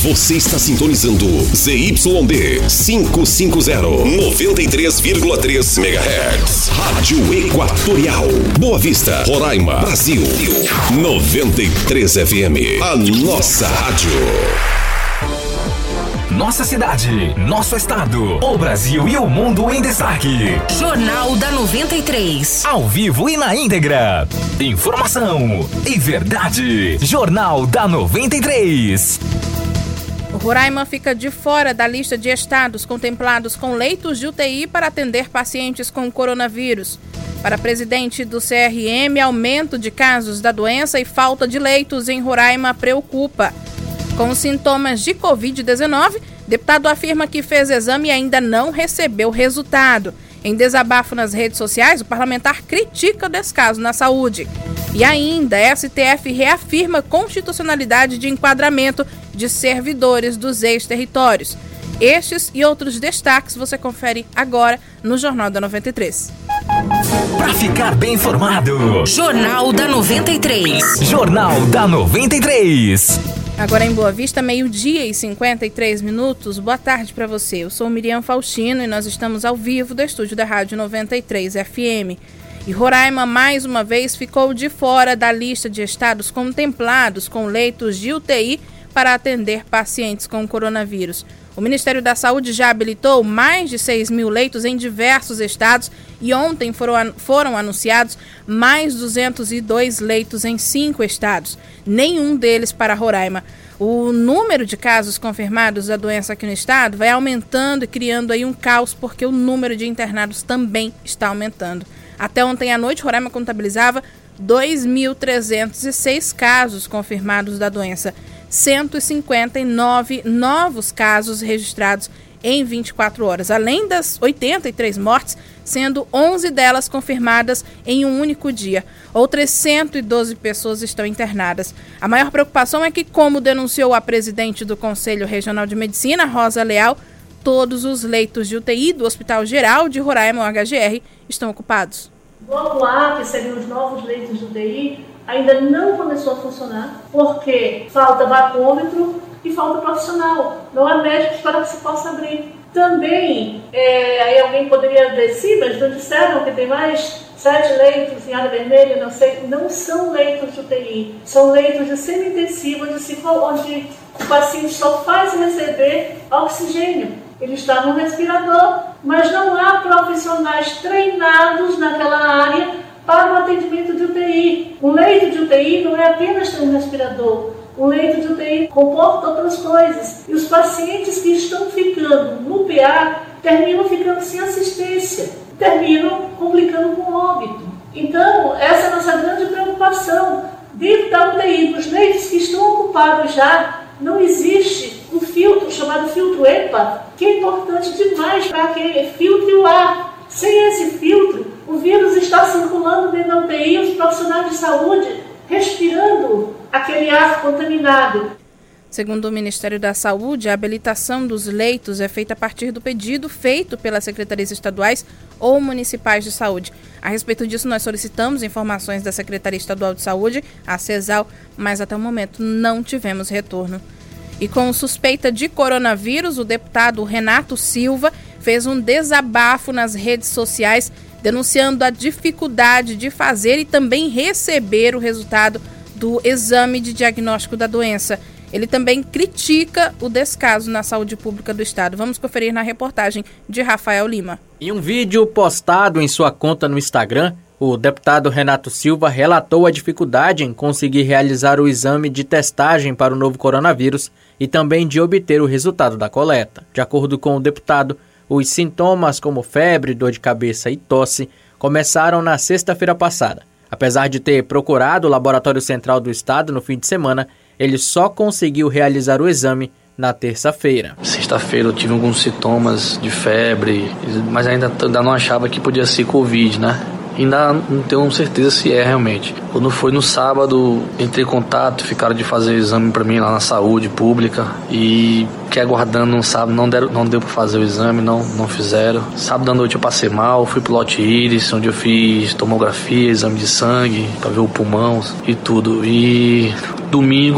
Você está sintonizando ZYD 550, 93,3 MHz. Rádio Equatorial. Boa Vista, Roraima, Brasil. 93 FM. A nossa rádio. Nossa cidade, nosso estado, o Brasil e o mundo em destaque. Jornal da 93. Ao vivo e na íntegra. Informação e verdade. Jornal da 93. Roraima fica de fora da lista de estados contemplados com leitos de UTI para atender pacientes com coronavírus. Para presidente do CRM, aumento de casos da doença e falta de leitos em Roraima preocupa. Com sintomas de Covid-19, deputado afirma que fez exame e ainda não recebeu resultado. Em desabafo nas redes sociais, o parlamentar critica o descaso na saúde. E ainda, a STF reafirma constitucionalidade de enquadramento de servidores dos ex-territórios. Estes e outros destaques você confere agora no Jornal da 93. Para ficar bem informado, Jornal da 93. Jornal da 93. Agora em Boa Vista, 12h53. Boa tarde para você. Eu sou Miriam Faustino e nós estamos ao vivo do estúdio da Rádio 93 FM. E Roraima, mais uma vez, ficou de fora da lista de estados contemplados com leitos de UTI para atender pacientes com coronavírus. O Ministério da Saúde já habilitou mais de 6 mil leitos em diversos estados e ontem foram anunciados mais 202 leitos em 5 estados, nenhum deles para Roraima. O número de casos confirmados da doença aqui no estado vai aumentando e criando aí um caos porque o número de internados também está aumentando. Até ontem à noite, Roraima contabilizava 2.306 casos confirmados da doença. 159 novos casos registrados em 24 horas, além das 83 mortes, sendo 11 delas confirmadas em um único dia. Outras 112 pessoas estão internadas. A maior preocupação é que, como denunciou a presidente do Conselho Regional de Medicina, Rosa Leal, todos os leitos de UTI do Hospital Geral de Roraima, o HGR, estão ocupados. O bloco A, que seriam os novos leitos de UTI, ainda não começou a funcionar porque falta bacômetro e falta profissional. Não há médicos para que se possa abrir. Também, aí alguém poderia dizer, mas não disseram que tem mais 7 leitos em área vermelha, não sei. Não são leitos de UTI, são leitos de semi-intensivo, onde o paciente só faz receber oxigênio. Ele está no respirador, mas não há profissionais treinados naquela área para o atendimento de UTI. Um leito de UTI não é apenas ter um respirador. Um leito de UTI comporta outras coisas. E os pacientes que estão ficando no PA terminam ficando sem assistência, terminam complicando com óbito. Então, essa é a nossa grande preocupação. Dentro da UTI, nos leitos que estão ocupados já, não existe um filtro chamado filtro EPA, que é importante demais para que filtre o ar. Sem esse filtro, o vírus está circulando dentro da UTI, os profissionais de saúde respirando aquele ar contaminado. Segundo o Ministério da Saúde, a habilitação dos leitos é feita a partir do pedido feito pelas secretarias estaduais ou municipais de saúde. A respeito disso, nós solicitamos informações da Secretaria Estadual de Saúde, a CESAL, mas até o momento não tivemos retorno. E com suspeita de coronavírus, o deputado Renato Silva fez um desabafo nas redes sociais, denunciando a dificuldade de fazer e também receber o resultado do exame de diagnóstico da doença. Ele também critica o descaso na saúde pública do estado. Vamos conferir na reportagem de Rafael Lima. Em um vídeo postado em sua conta no Instagram, o deputado Renato Silva relatou a dificuldade em conseguir realizar o exame de testagem para o novo coronavírus e também de obter o resultado da coleta. De acordo com o deputado, os sintomas como febre, dor de cabeça e tosse começaram na sexta-feira passada. Apesar de ter procurado o Laboratório Central do Estado no fim de semana, ele só conseguiu realizar o exame na terça-feira. Sexta-feira eu tive alguns sintomas de febre, mas ainda não achava que podia ser Covid, né? Ainda não tenho certeza se é realmente. Quando foi no sábado, entrei em contato, ficaram de fazer exame para mim lá na saúde pública e fiquei aguardando no sábado, não deu para fazer o exame, não fizeram. Sábado à noite eu passei mal, fui pro lote íris, onde eu fiz tomografia, exame de sangue para ver o pulmão e tudo. E domingo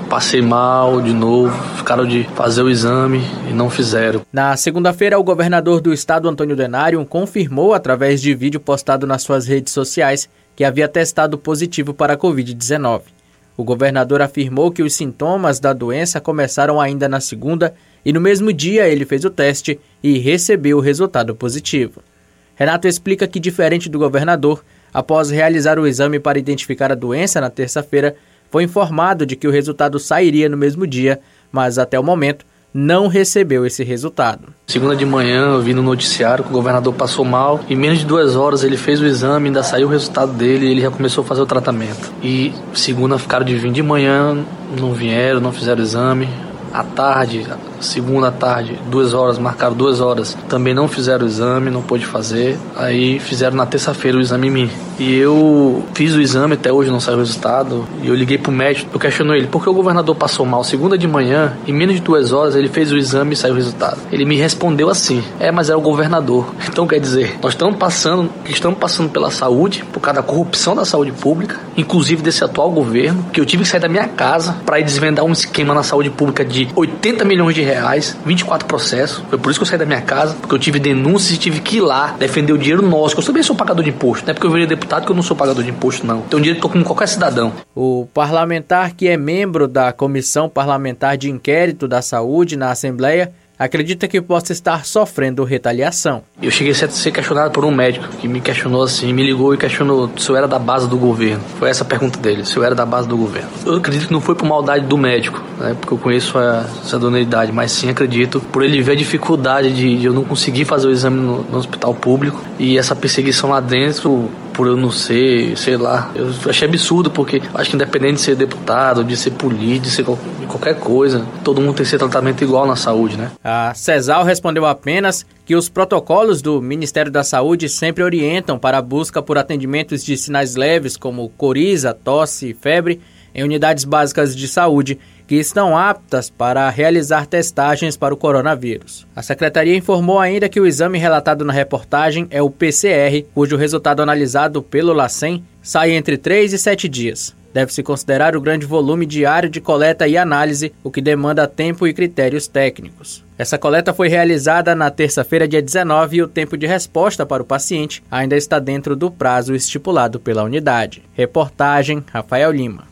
passei mal de novo, ficaram de fazer o exame e não fizeram. Na segunda-feira, o governador do estado, Antônio Denário, confirmou através de vídeo postado nas suas redes sociais que havia testado positivo para a Covid-19. O governador afirmou que os sintomas da doença começaram ainda na segunda e no mesmo dia ele fez o teste e recebeu o resultado positivo. Renato explica que, diferente do governador, após realizar o exame para identificar a doença na terça-feira, foi informado de que o resultado sairia no mesmo dia, mas até o momento não recebeu esse resultado. Segunda de manhã eu vi no noticiário que o governador passou mal. Em menos de 2 horas ele fez o exame, ainda saiu o resultado dele e ele já começou a fazer o tratamento. E segunda ficaram de vir de manhã, não vieram, não fizeram o exame. À tarde, segunda à tarde, 2 horas, marcaram 2 horas, também não fizeram o exame, não pôde fazer. Aí fizeram na terça-feira o exame em mim. E eu fiz o exame, até hoje não saiu o resultado. E eu liguei pro médico, eu questionei ele, por que o governador passou mal segunda de manhã, em menos de 2 horas ele fez o exame e saiu o resultado? Ele me respondeu assim, mas é o governador. Então quer dizer, nós estamos passando pela saúde, por causa da corrupção da saúde pública, inclusive desse atual governo, que eu tive que sair da minha casa para ir desvendar um esquema na saúde pública de 80 milhões de reais, 24 processos. Foi por isso que eu saí da minha casa, porque eu tive denúncias e tive que ir lá defender o dinheiro nosso, que eu também sou pagador de imposto. Não é porque eu virei deputado que eu não sou pagador de imposto, não. Tenho direito como qualquer cidadão. O parlamentar, que é membro da Comissão Parlamentar de Inquérito da Saúde na Assembleia, acredita que possa estar sofrendo retaliação. Eu cheguei a ser questionado por um médico que me questionou assim, me ligou e questionou se eu era da base do governo. Foi essa a pergunta dele, se eu era da base do governo. Eu acredito que não foi por maldade do médico, né, porque eu conheço essa idoneidade, mas sim acredito por ele ver a dificuldade de eu não conseguir fazer o exame no hospital público e essa perseguição lá dentro, por eu não ser, sei lá, eu achei absurdo, porque acho que independente de ser deputado, de ser político, de ser de qualquer coisa, todo mundo tem que ser tratamento igual na saúde, né? A CESAL respondeu apenas que os protocolos do Ministério da Saúde sempre orientam para a busca por atendimentos de sinais leves como coriza, tosse e febre em unidades básicas de saúde que estão aptas para realizar testagens para o coronavírus. A secretaria informou ainda que o exame relatado na reportagem é o PCR, cujo resultado analisado pelo LACEN sai entre 3 e 7 dias. Deve-se considerar o grande volume diário de coleta e análise, o que demanda tempo e critérios técnicos. Essa coleta foi realizada na terça-feira, dia 19, e o tempo de resposta para o paciente ainda está dentro do prazo estipulado pela unidade. Reportagem Rafael Lima.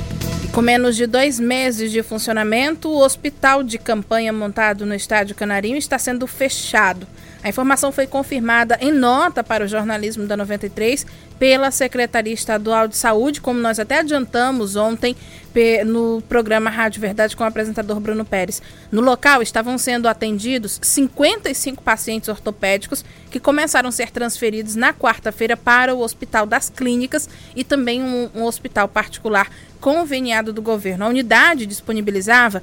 Com menos de 2 meses de funcionamento, o hospital de campanha montado no Estádio Canarinho está sendo fechado. A informação foi confirmada em nota para o jornalismo da 93 pela Secretaria Estadual de Saúde, como nós até adiantamos ontem no programa Rádio Verdade com o apresentador Bruno Pérez. No local estavam sendo atendidos 55 pacientes ortopédicos que começaram a ser transferidos na quarta-feira para o Hospital das Clínicas e também um hospital particular conveniado do governo. A unidade disponibilizava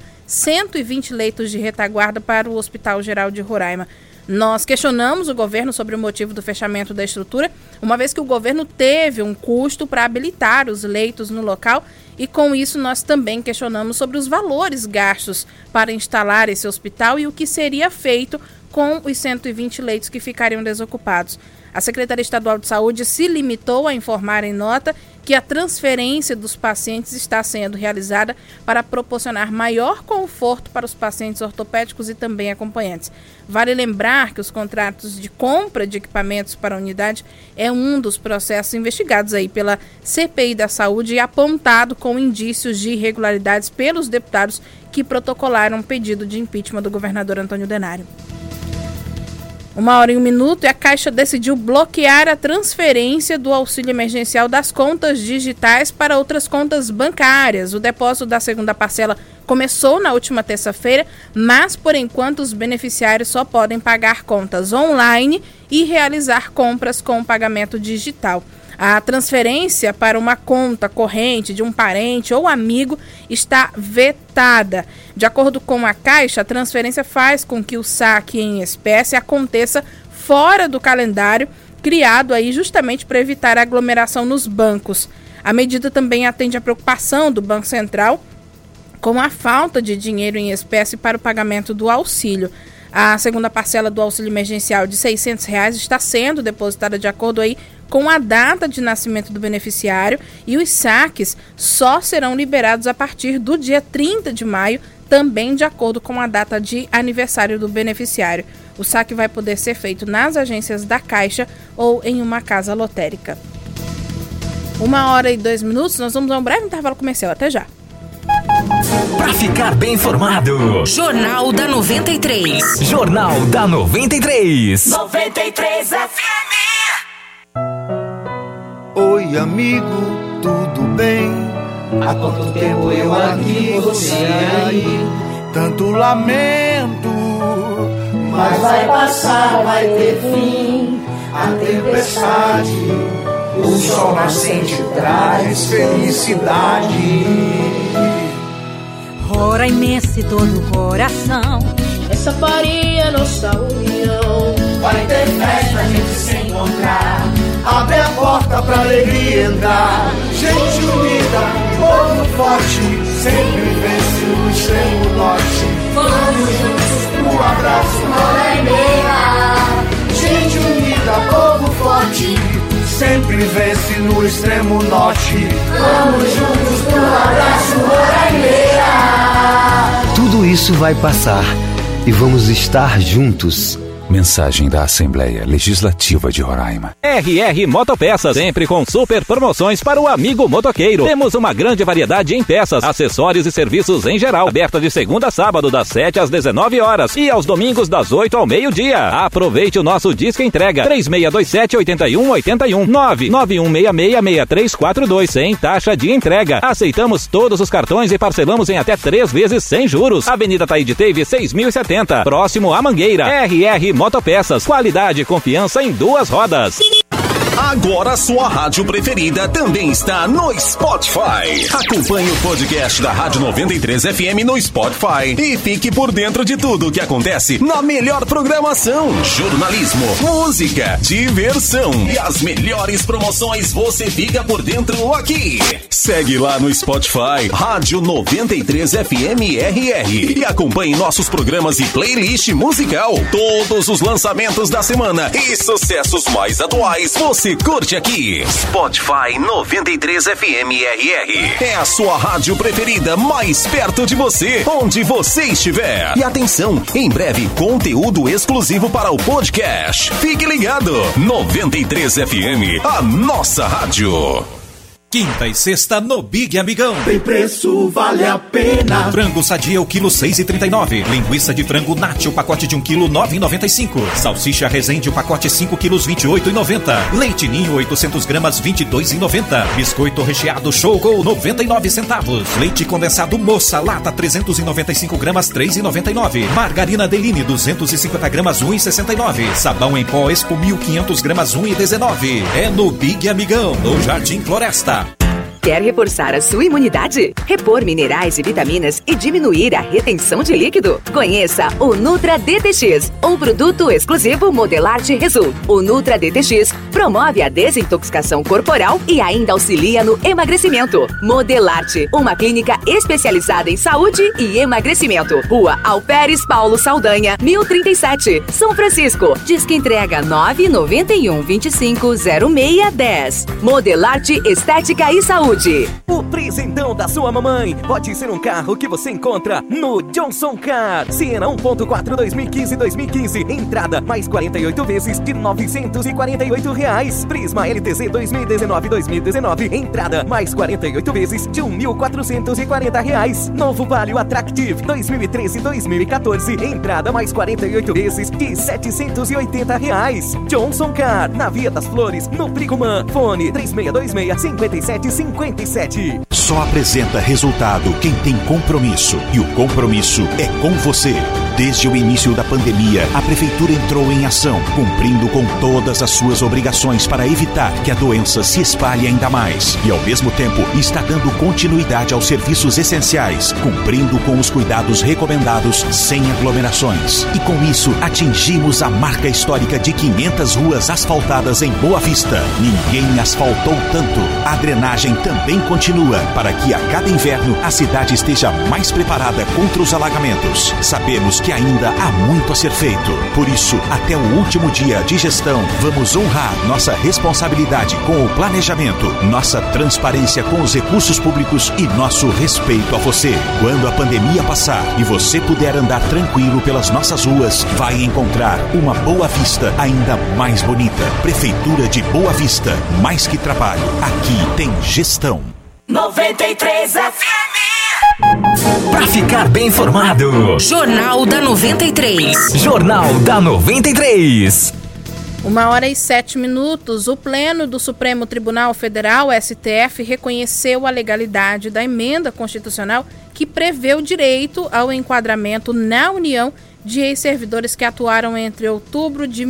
120 leitos de retaguarda para o Hospital Geral de Roraima. Nós questionamos o governo sobre o motivo do fechamento da estrutura, uma vez que o governo teve um custo para habilitar os leitos no local e com isso nós também questionamos sobre os valores gastos para instalar esse hospital e o que seria feito com os 120 leitos que ficariam desocupados. A Secretaria Estadual de Saúde se limitou a informar em nota que a transferência dos pacientes está sendo realizada para proporcionar maior conforto para os pacientes ortopédicos e também acompanhantes. Vale lembrar que os contratos de compra de equipamentos para a unidade é um dos processos investigados aí pela CPI da Saúde e apontado com indícios de irregularidades pelos deputados que protocolaram um pedido de impeachment do governador Antônio Denário. 1h01 e a Caixa decidiu bloquear a transferência do auxílio emergencial das contas digitais para outras contas bancárias. O depósito da segunda parcela começou na última terça-feira, mas por enquanto os beneficiários só podem pagar contas online e realizar compras com pagamento digital. A transferência para uma conta corrente de um parente ou amigo está vetada. De acordo com a Caixa, a transferência faz com que o saque em espécie aconteça fora do calendário criado aí justamente para evitar a aglomeração nos bancos. A medida também atende à preocupação do Banco Central com a falta de dinheiro em espécie para o pagamento do auxílio. A segunda parcela do auxílio emergencial de R$ 600 está sendo depositada de acordo aí com a data de nascimento do beneficiário, e os saques só serão liberados a partir do dia 30 de maio, também de acordo com a data de aniversário do beneficiário. O saque vai poder ser feito nas agências da Caixa ou em uma casa lotérica. 1h02, nós vamos a um breve intervalo comercial. Até já. Para ficar bem informado, Jornal da 93. Jornal da 93. 93 FM. Oi, amigo, tudo bem? Há quanto tempo eu aqui, você aí? Tanto lamento, mas vai passar, vai ter fim. A tempestade, o sol nascente traz felicidade. Roraimense todo o coração, essa faria nossa união. Vai ter festa, a gente se encontrar. Abre a porta pra alegria entrar. Gente unida, povo forte, sempre vence no extremo norte. vamos juntos Um abraço, Roraima. gente unida, povo forte, sempre vence no extremo norte. Vamos juntos pro abraço, Roraima. Tudo isso vai passar e vamos estar juntos. Mensagem da Assembleia Legislativa de Roraima. RR Motopeças, sempre com super promoções para o amigo motoqueiro. Temos uma grande variedade em peças, acessórios e serviços em geral. Aberta de segunda a sábado, das 7 às 19 horas e aos domingos, das 8 ao meio-dia. Aproveite o nosso Disque Entrega, 3627-8181, 99166-6342, sem taxa de entrega. Aceitamos todos os cartões e parcelamos em até 3 vezes sem juros. Avenida Taíde Teve, 6070, próximo à Mangueira. RR Motopeças, qualidade e confiança em 2 rodas. Agora sua rádio preferida também está no Spotify. Acompanhe o podcast da Rádio 93 FM no Spotify e fique por dentro de tudo o que acontece na melhor programação, jornalismo, música, diversão e as melhores promoções você fica por dentro aqui. Segue lá no Spotify, Rádio 93 FM RR, e acompanhe nossos programas e playlist musical. Todos os lançamentos da semana e sucessos mais atuais você curte aqui. Spotify 93 FM RR é a sua rádio preferida, mais perto de você, onde você estiver. E atenção, em breve conteúdo exclusivo para o podcast. Fique ligado, 93 FM, a nossa rádio. Quinta e sexta no Big Amigão. Tem preço, vale a pena. Frango sadia o quilo 6,39. Linguiça de frango Nati, o pacote de 1 quilo 9,95. Salsicha Resende, o pacote 5 quilos 28,90. Leite Ninho 800 gramas 22,90. Biscoito recheado Choco 99 centavos. Leite condensado Moça lata 395 gramas 3,99. Margarina Deline 250 gramas 1,69. Sabão em pó Expo 1500 gramas 1,19. É no Big Amigão, no Jardim Floresta. Quer reforçar a sua imunidade? Repor minerais e vitaminas e diminuir a retenção de líquido? Conheça o Nutra DTX, um produto exclusivo Modelarte Result. O Nutra DTX promove a desintoxicação corporal e ainda auxilia no emagrecimento. Modelarte, uma clínica especializada em saúde e emagrecimento. Rua Alperes Paulo Saldanha, 1037, São Francisco. Disque entrega 991 25 0610. Modelarte Estética e Saúde. O presentão da sua mamãe pode ser um carro que você encontra no Johnson Car. Siena 1.4 2015-2015. Entrada mais 48 vezes de R$948. Prisma LTZ 2019-2019. Entrada mais 48 vezes de R$1.440. Novo Palio Attractive 2013-2014. Entrada mais 48 vezes de R$780. Johnson Car, na Via das Flores, no Bricumã. Fone 3626-5757. Só apresenta resultado quem tem compromisso. E o compromisso é com você. Desde o início da pandemia, a Prefeitura entrou em ação, cumprindo com todas as suas obrigações para evitar que a doença se espalhe ainda mais. E, ao mesmo tempo, está dando continuidade aos serviços essenciais, cumprindo com os cuidados recomendados sem aglomerações. E com isso, atingimos a marca histórica de 500 ruas asfaltadas em Boa Vista. Ninguém asfaltou tanto. A drenagem também continua, para que a cada inverno a cidade esteja mais preparada contra os alagamentos. Sabemos que ainda há muito a ser feito. Por isso, até o último dia de gestão, vamos honrar nossa responsabilidade com o planejamento, nossa transparência com os recursos públicos e nosso respeito a você. Quando a pandemia passar e você puder andar tranquilo pelas nossas ruas, vai encontrar uma Boa Vista ainda mais bonita. Prefeitura de Boa Vista, mais que trabalho, aqui tem gestão. 93 FM. Pra ficar bem informado, Jornal da 93. Jornal da 93. 1h07. O Pleno do Supremo Tribunal Federal, STF, reconheceu a legalidade da emenda constitucional que prevê o direito ao enquadramento na União de ex-servidores que atuaram entre outubro de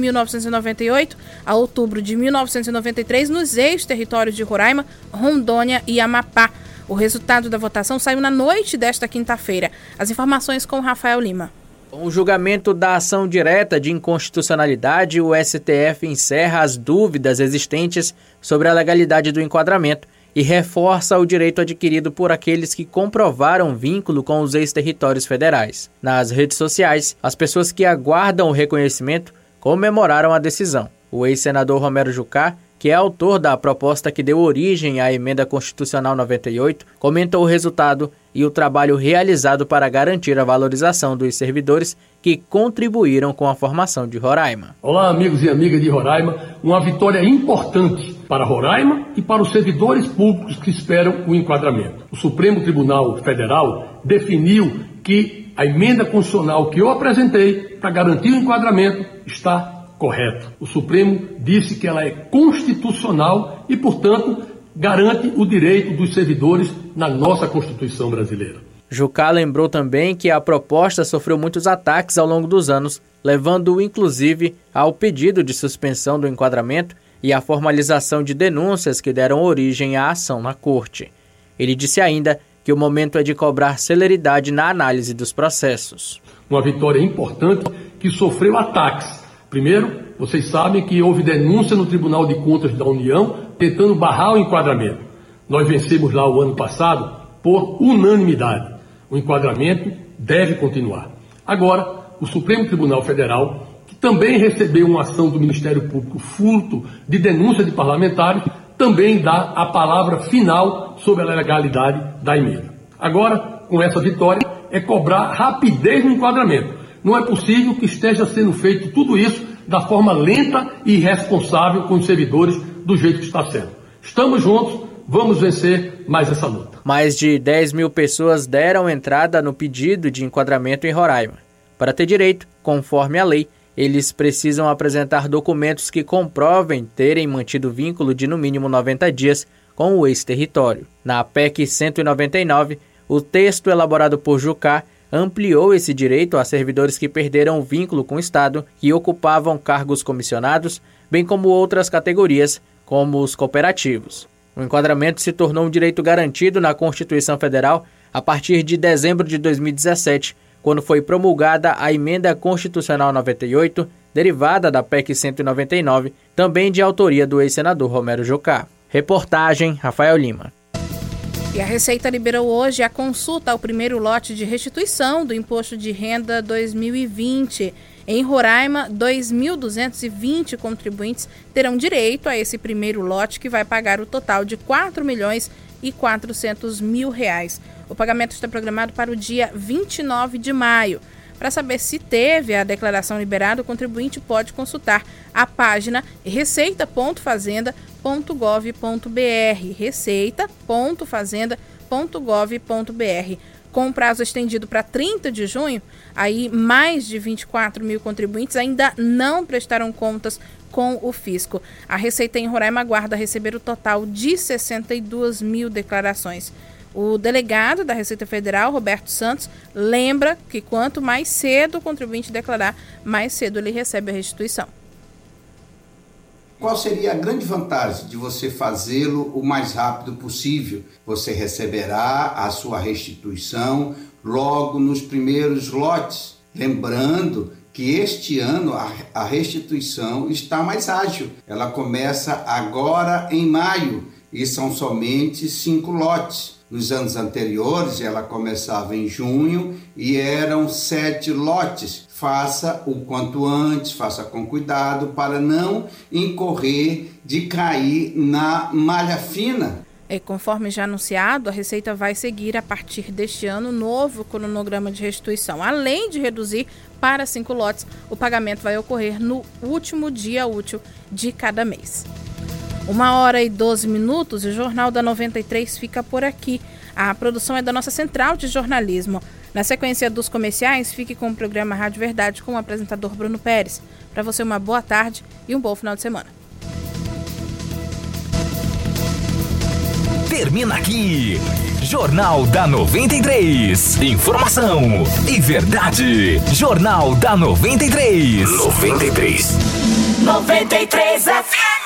1998 a outubro de 1993 nos ex-territórios de Roraima, Rondônia e Amapá. O resultado da votação saiu na noite desta quinta-feira. As informações com Rafael Lima. Com o julgamento da ação direta de inconstitucionalidade, o STF encerra as dúvidas existentes sobre a legalidade do enquadramento e reforça o direito adquirido por aqueles que comprovaram vínculo com os ex-territórios federais. Nas redes sociais, as pessoas que aguardam o reconhecimento comemoraram a decisão. O ex-senador Romero Jucá, que é autor da proposta que deu origem à Emenda Constitucional 98, comentou o resultado e o trabalho realizado para garantir a valorização dos servidores que contribuíram com a formação de Roraima. Olá, amigos e amigas de Roraima. Uma vitória importante para Roraima e para os servidores públicos que esperam o enquadramento. O Supremo Tribunal Federal definiu que a emenda constitucional que eu apresentei para garantir o enquadramento está correta. O Supremo disse que ela é constitucional e, portanto, garante o direito dos servidores na nossa Constituição brasileira. Jucá lembrou também que a proposta sofreu muitos ataques ao longo dos anos, levando inclusive ao pedido de suspensão do enquadramento e à formalização de denúncias que deram origem à ação na Corte. Ele disse ainda que o momento é de cobrar celeridade na análise dos processos. Uma vitória importante que sofreu ataques. Primeiro, vocês sabem que houve denúncia no Tribunal de Contas da União tentando barrar o enquadramento. Nós vencemos lá o ano passado por unanimidade. O enquadramento deve continuar. Agora, o Supremo Tribunal Federal, que também recebeu uma ação do Ministério Público fruto de denúncia de parlamentares, também dá a palavra final sobre a legalidade da emenda. Agora, com essa vitória, é cobrar rapidez no enquadramento. Não é possível que esteja sendo feito tudo isso da forma lenta e irresponsável com os servidores do jeito que está sendo. Estamos juntos, vamos vencer mais essa luta. Mais de 10 mil pessoas deram entrada no pedido de enquadramento em Roraima. Para ter direito, conforme a lei, eles precisam apresentar documentos que comprovem terem mantido vínculo de no mínimo 90 dias com o ex-território. Na PEC 199, o texto elaborado por Jucá ampliou esse direito a servidores que perderam o vínculo com o Estado e ocupavam cargos comissionados, bem como outras categorias, como os cooperativos. O enquadramento se tornou um direito garantido na Constituição Federal a partir de dezembro de 2017, quando foi promulgada a Emenda Constitucional 98, derivada da PEC 199, também de autoria do ex-senador Romero Jucá. Reportagem Rafael Lima. E a Receita liberou hoje a consulta ao primeiro lote de restituição do Imposto de Renda 2020. Em Roraima, 2.220 contribuintes terão direito a esse primeiro lote, que vai pagar o total de R$ 4.400.000. O pagamento está programado para o dia 29 de maio. Para saber se teve a declaração liberada, o contribuinte pode consultar a página receita.fazenda.gov.br, receita.fazenda.gov.br. Com o prazo estendido para 30 de junho, aí mais de 24 mil contribuintes ainda não prestaram contas com o fisco. A Receita em Roraima aguarda receber o total de 62 mil declarações. O delegado da Receita Federal, Roberto Santos, lembra que quanto mais cedo o contribuinte declarar, mais cedo ele recebe a restituição. Qual seria a grande vantagem de você fazê-lo o mais rápido possível? Você receberá a sua restituição logo nos primeiros lotes. Lembrando que este ano a restituição está mais ágil. Ela começa agora em maio e são somente 5 lotes. Nos anos anteriores, ela começava em junho e eram 7 lotes. Faça o quanto antes, faça com cuidado para não incorrer de cair na malha fina. Conforme já anunciado, a Receita vai seguir a partir deste ano novo cronograma de restituição. Além de reduzir para 5 lotes, o pagamento vai ocorrer no último dia útil de cada mês. 1h12 e o Jornal da 93 fica por aqui. A produção é da nossa central de jornalismo. Na sequência dos comerciais, fique com o programa Rádio Verdade com o apresentador Bruno Pérez. Para você, uma boa tarde e um bom final de semana. Termina aqui, Jornal da 93. Informação e verdade. Jornal da 93. 93 FM.